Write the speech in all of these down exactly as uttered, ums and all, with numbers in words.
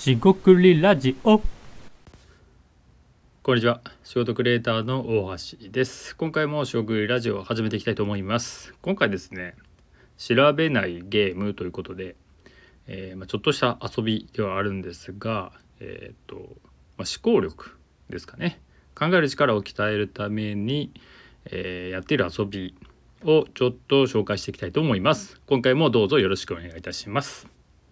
しごくりラジオ。 こんにちは。仕事クリエイターの大橋です。今回もしごくりラジオを始めていきたいと思います。今回ですね、調べないゲームということで、えーまあ、ちょっとした遊びではあるんですが、えーとまあ、思考力ですかね。考える力を鍛えるために、えーやっている遊びをちょっと紹介していきたいと思います。今回もどうぞよろしくお願いいたします。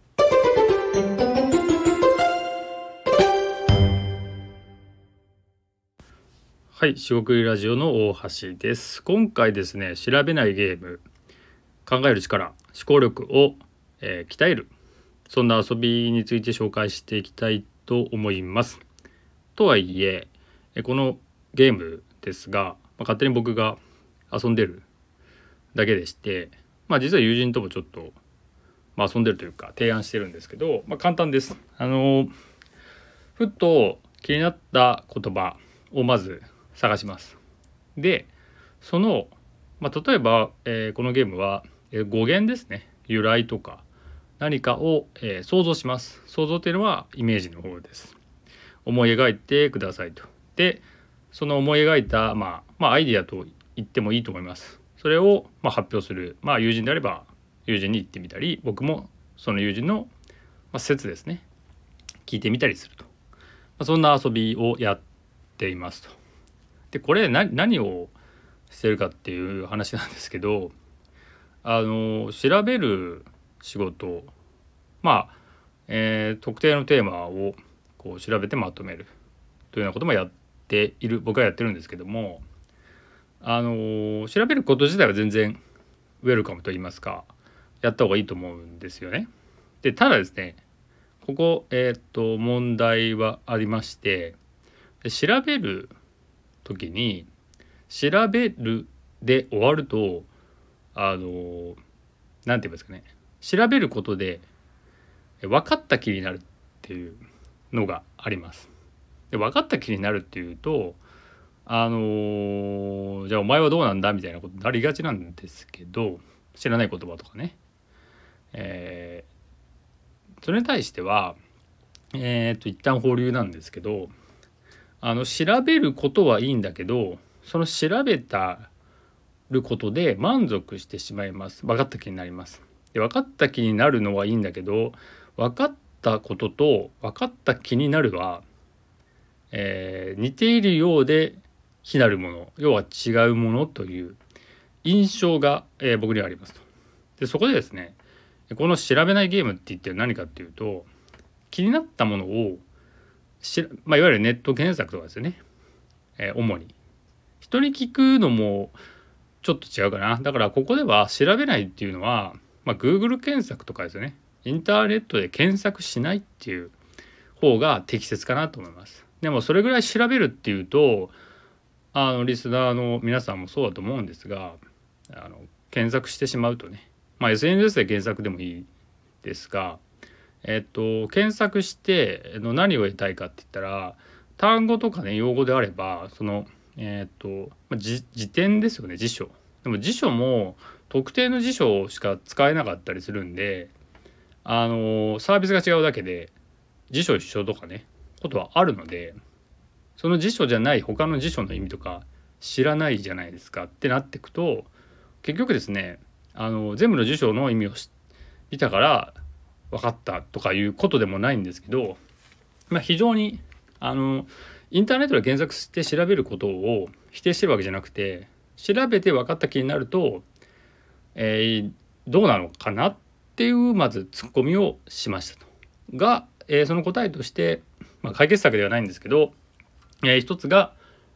はい、しごくりラジオの大橋です。今回ですね、調べないゲーム、考える力、思考力を、えー鍛える、そんな遊びについて紹介していきたいと思います。とはいえ、このゲームですが、まあ、勝手に僕が遊んでるだけでして、まあ、実は友人ともちょっと、まあ、遊んでるというか提案してるんですけど、まあ、簡単です。あのふと気になった言葉をまず探します。でその、まあ、例えば、えーこのゲームは、えー語源ですね、由来とか何かを、えー想像します。想像というのはイメージの方です。思い描いてくださいと。でその思い描いた、まあ、まあアイディアと言ってもいいと思います。それを、まあ、発表する、まあ、友人であれば友人に言ってみたり、僕もその友人の、まあ、説ですね、聞いてみたりすると、まあ、そんな遊びをやっていますと。でこれ何何をしてるかっていう話なんですけど、あの調べる仕事、まあ、えー特定のテーマをこう調べてまとめるというようなこともやっている、僕はやってるんですけども、あの調べること自体は全然ウェルカムと言いますか、やった方がいいと思うんですよね。でただですね、ここ、えーっと問題はありまして、で調べる時に調べるで終わると、あのなんて言いますかね、調べることで分かった気になるっていうのがあります。で分かった気になるっていうと、あのじゃあお前はどうなんだみたいなことになりがちなんですけど、知らない言葉とかね、えーそれに対しては、えー、と一旦保留なんですけど、あの調べることはいいんだけど、その調べたることで満足してしまいます。分かった気になります。で分かった気になるのはいいんだけど、分かったことと分かった気になるは、えー似ているようで非なるもの、要は違うものという印象が、えー僕にはありますと。でそこでですね、この調べないゲームって言ってる何かっていうと、気になったものをし、まあ、いわゆるネット検索とかですよね、えー主に人に聞くのもちょっと違うかな。だからここでは調べないっていうのは、まあ、Google 検索とかですよね、インターネットで検索しないっていう方が適切かなと思います。でもそれぐらい調べるっていうと、あのリスナーの皆さんもそうだと思うんですが、あの検索してしまうとね、まあ、エスエヌエス で検索でもいいですが、えっと検索しての何を得たいかって言ったら、単語とかね、用語であれば、そのえっとまあ辞辞典ですよね、辞書。でも辞書も特定の辞書しか使えなかったりするんで、あのサービスが違うだけで辞書一緒とかね、ことはあるので、その辞書じゃない他の辞書の意味とか知らないじゃないですかってなっていくと、結局ですね、あの全部の辞書の意味を見たから分かったとかいうことでもないんですけど、まあ、非常にあのインターネットで検索して調べることを否定してるわけじゃなくて、調べて分かった気になると、えーどうなのかなっていうまずツッコミをしましたと。が、えーその答えとして、まあ、解決策ではないんですけど、えー一つが、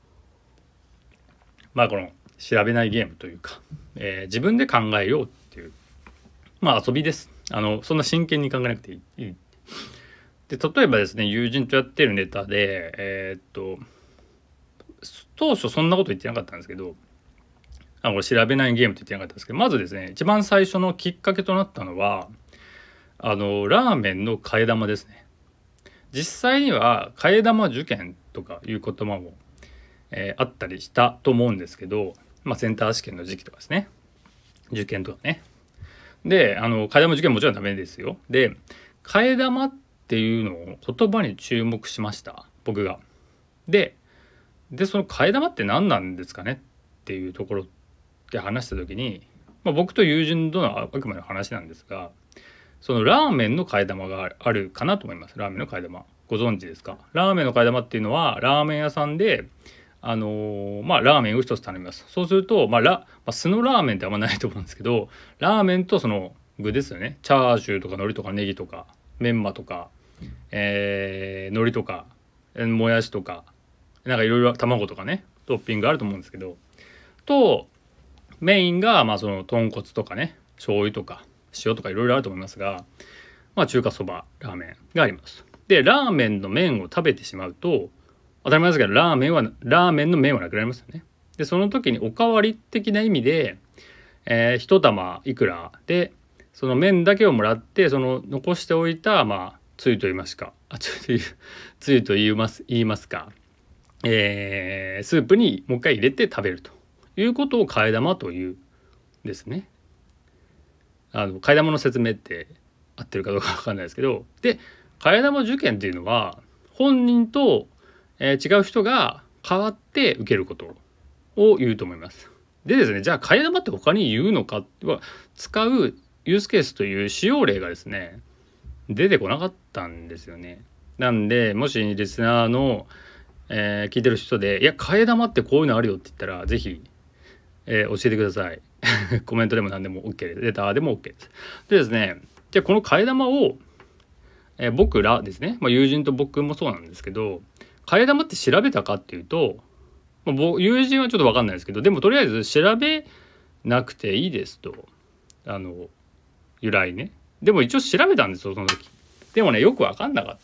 まあ、この調べないゲームというか、えー自分で考えようっていう、まあ遊びです。あのそんな真剣に考えなくていい。で例えばですね、友人とやってるネタで、えーっと当初そんなこと言ってなかったんですけど、あの調べないゲームって言ってなかったんですけど、まずですね、一番最初のきっかけとなったのは、あのラーメンの替え玉ですね。実際には替え玉受験とかいう言葉も、えーあったりしたと思うんですけど、まあ、センター試験の時期とかですね、受験とかね。であの替え玉受験もちろんダメですよ。で替え玉っっていうのを言葉に注目しました僕が。ででその替え玉って何なんですかねっていうところで話した時に、まあ、僕と友人とのあくまでの話なんですが、そのラーメンの替え玉があるかなと思います。ラーメンの替え玉ご存知ですか？ラーメンの替え玉っていうのはラーメン屋さんであのー、まあラーメンを一つ頼みます。そうすると、まあラまあ、酢のラーメンってあんまないと思うんですけど、ラーメンとその具ですよね。チャーシューとか海苔とかネギとかメンマとか、えー、海苔とかもやしとかなんかいろいろ卵とかねトッピングあると思うんですけど、とメインがまあその豚骨とかね醤油とか塩とかいろいろあると思いますが、まあ中華そばラーメンがあります。でラーメンの麺を食べてしまうと当たり前ですけどラーメンはラーメンの麺はなくなりますよね。でその時におかわり的な意味で、えー、一玉いくらでその麺だけをもらってその残しておいたまあつゆと言いますかあつゆというつゆと言います言いますか、えー、スープにもう一回入れて食べるということを替え玉というですね。あの替え玉の説明って合ってるかどうか分かんないですけど、で替え玉受験っていうのは本人と、えー、違う人が代わって受けることを言うと思います。でですね、じゃあ替え玉って他に言うのかは使うユースケースという使用例がですね出てこなかったんですよね。なんでもしリスナーの、えー、聞いてる人でいや替え玉ってこういうのあるよって言ったらぜひ、えー、教えてください。コメントでも何でも OK です。レターでも OK です。でですね、じゃあこの替え玉を、えー、僕らですね、まあ、友人と僕もそうなんですけど、替え玉って調べたかっていうと、まあ、友人はちょっと分かんないですけど、でもとりあえず調べなくていいですと、あの由来ね。でも一応調べたんですよその時。でもねよく分かんなかった。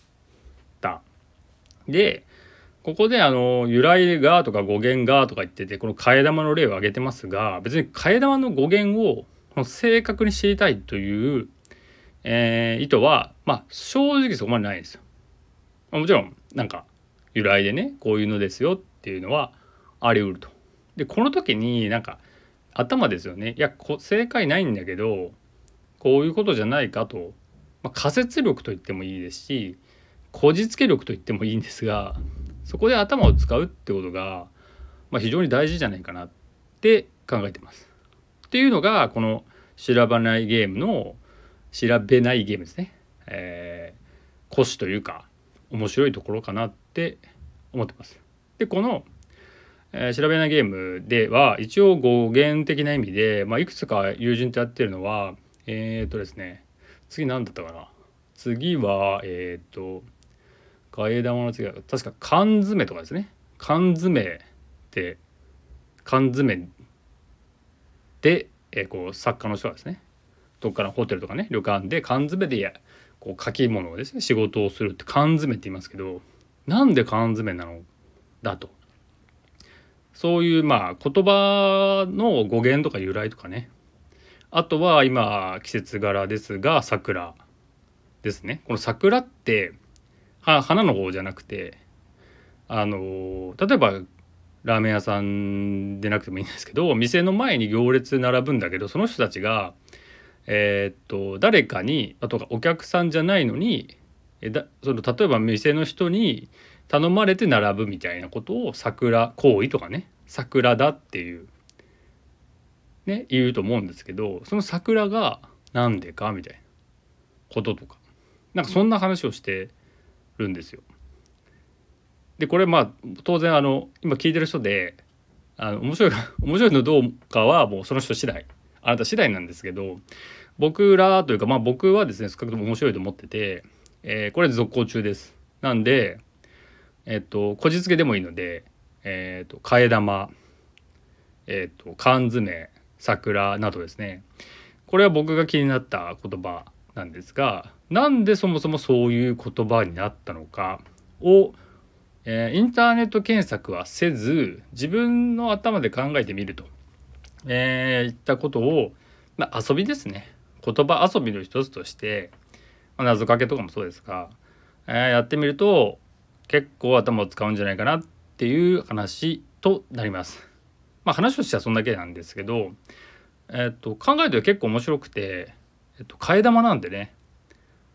でここであの由来がとか語源がとか言っててこの替え玉の例を挙げてますが、別に替え玉の語源を正確に知りたいという、えー、意図はまあ正直そこまでないんですよ。もちろんなんか由来でねこういうのですよっていうのはあり得ると。でこの時になんか頭ですよね、いや正解ないんだけどこういうことじゃないかと、まあ、仮説力と言ってもいいですしこじつけ力と言ってもいいんですが、そこで頭を使うってことが、まあ、非常に大事じゃないかなって考えてます。っていうのがこの調べないゲームの調べないゲームですね、えー、骨子というか面白いところかなって思ってます。でこの、えー、調べないゲームでは一応語源的な意味で、まあ、いくつか友人とやってるのはえっとですね次何だったかな次はえっと替え玉の次は確か缶詰とかですね。缶詰って缶詰で、えー、こう作家の人がですねどっかのホテルとかね旅館で缶詰でやこう書き物をですね仕事をするって缶詰って言いますけど、なんで缶詰なのだと、そういうまあ言葉の語源とか由来とかね、あとは今季節柄ですが桜ですね。この桜っては花の方じゃなくてあの例えばラーメン屋さんでなくてもいいんですけど店の前に行列並ぶんだけどその人たちがえー、っと誰かにあとかお客さんじゃないのにえだその例えば店の人に頼まれて並ぶみたいなことを桜行為とかね桜だっていうね言うと思うんですけど、その桜がなんでかみたいなこととかなんかそんな話をしてるんですよ。でこれまあ当然あの今聞いてる人であの面白い面白いのどうかはもうその人次第あなた次第なんですけど、僕らというかまあ僕はですね少なくとも面白いと思ってて、えー、これ続行中です。なんでえっとこじつけでもいいのでえっと替え玉えっと缶詰桜などですね、これは僕が気になった言葉なんですが、なんでそもそもそういう言葉になったのかを、えー、インターネット検索はせず自分の頭で考えてみると、えー、いったことを、まあ、遊びですね、言葉遊びの一つとして、まあ、謎かけとかもそうですが、えー、やってみると結構頭を使うんじゃないかなっていう話となります。まあ話としてはそんだけなんですけど、えっと考えて結構面白くて、えっと替え玉なんでね、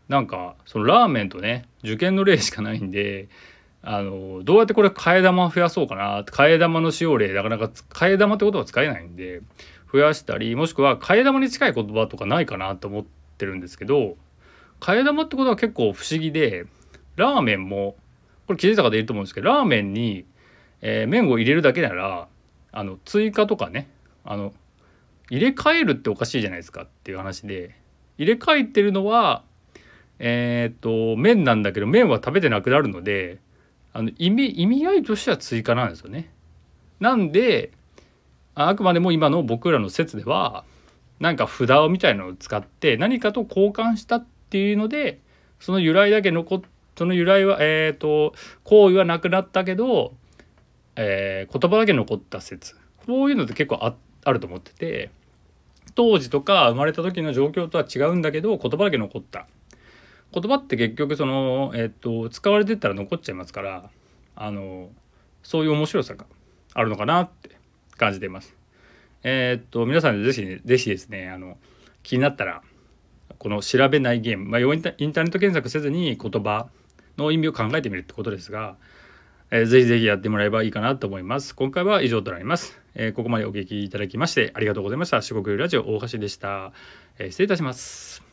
なんかそのラーメンとね受験の例しかないんで、あのどうやってこれ替え玉増やそうかなって、替え玉の使用例なかなか替え玉ってことは使えないんで増やしたり、もしくは替え玉に近い言葉とかないかなと思ってるんですけど、替え玉ってことは結構不思議で、ラーメンもこれ気づいた方いると思うんですけど、ラーメンに、えー麺を入れるだけならあの追加とかね、あの入れ替えるっておかしいじゃないですかっていう話で、入れ替えてるのはえーっと麺なんだけど麺は食べてなくなるので、あの意味意味合いとしては追加なんですよね。なんであくまでも今の僕らの説ではなんか札みたいなのを使って何かと交換したっていうので、その由来だけ残っその由来はえーっと行為はなくなったけど、えー言葉だけ残った説、こういうのって結構 あ, あると思ってて、当時とか生まれた時の状況とは違うんだけど言葉だけ残った。言葉って結局その、えっと、使われてったら残っちゃいますから、あのそういう面白さがあるのかなって感じています。えっと皆さんぜひぜひですね、あの気になったらこの調べないゲーム、まあ、インターネット検索せずに言葉の意味を考えてみるってことですが、えー、ぜひぜひやってもらえばいいかなと思います。今回は以上となります。えー、ここまでお聞きいただきましてありがとうございました。四国ラジオ大橋でした。えー、失礼いたします。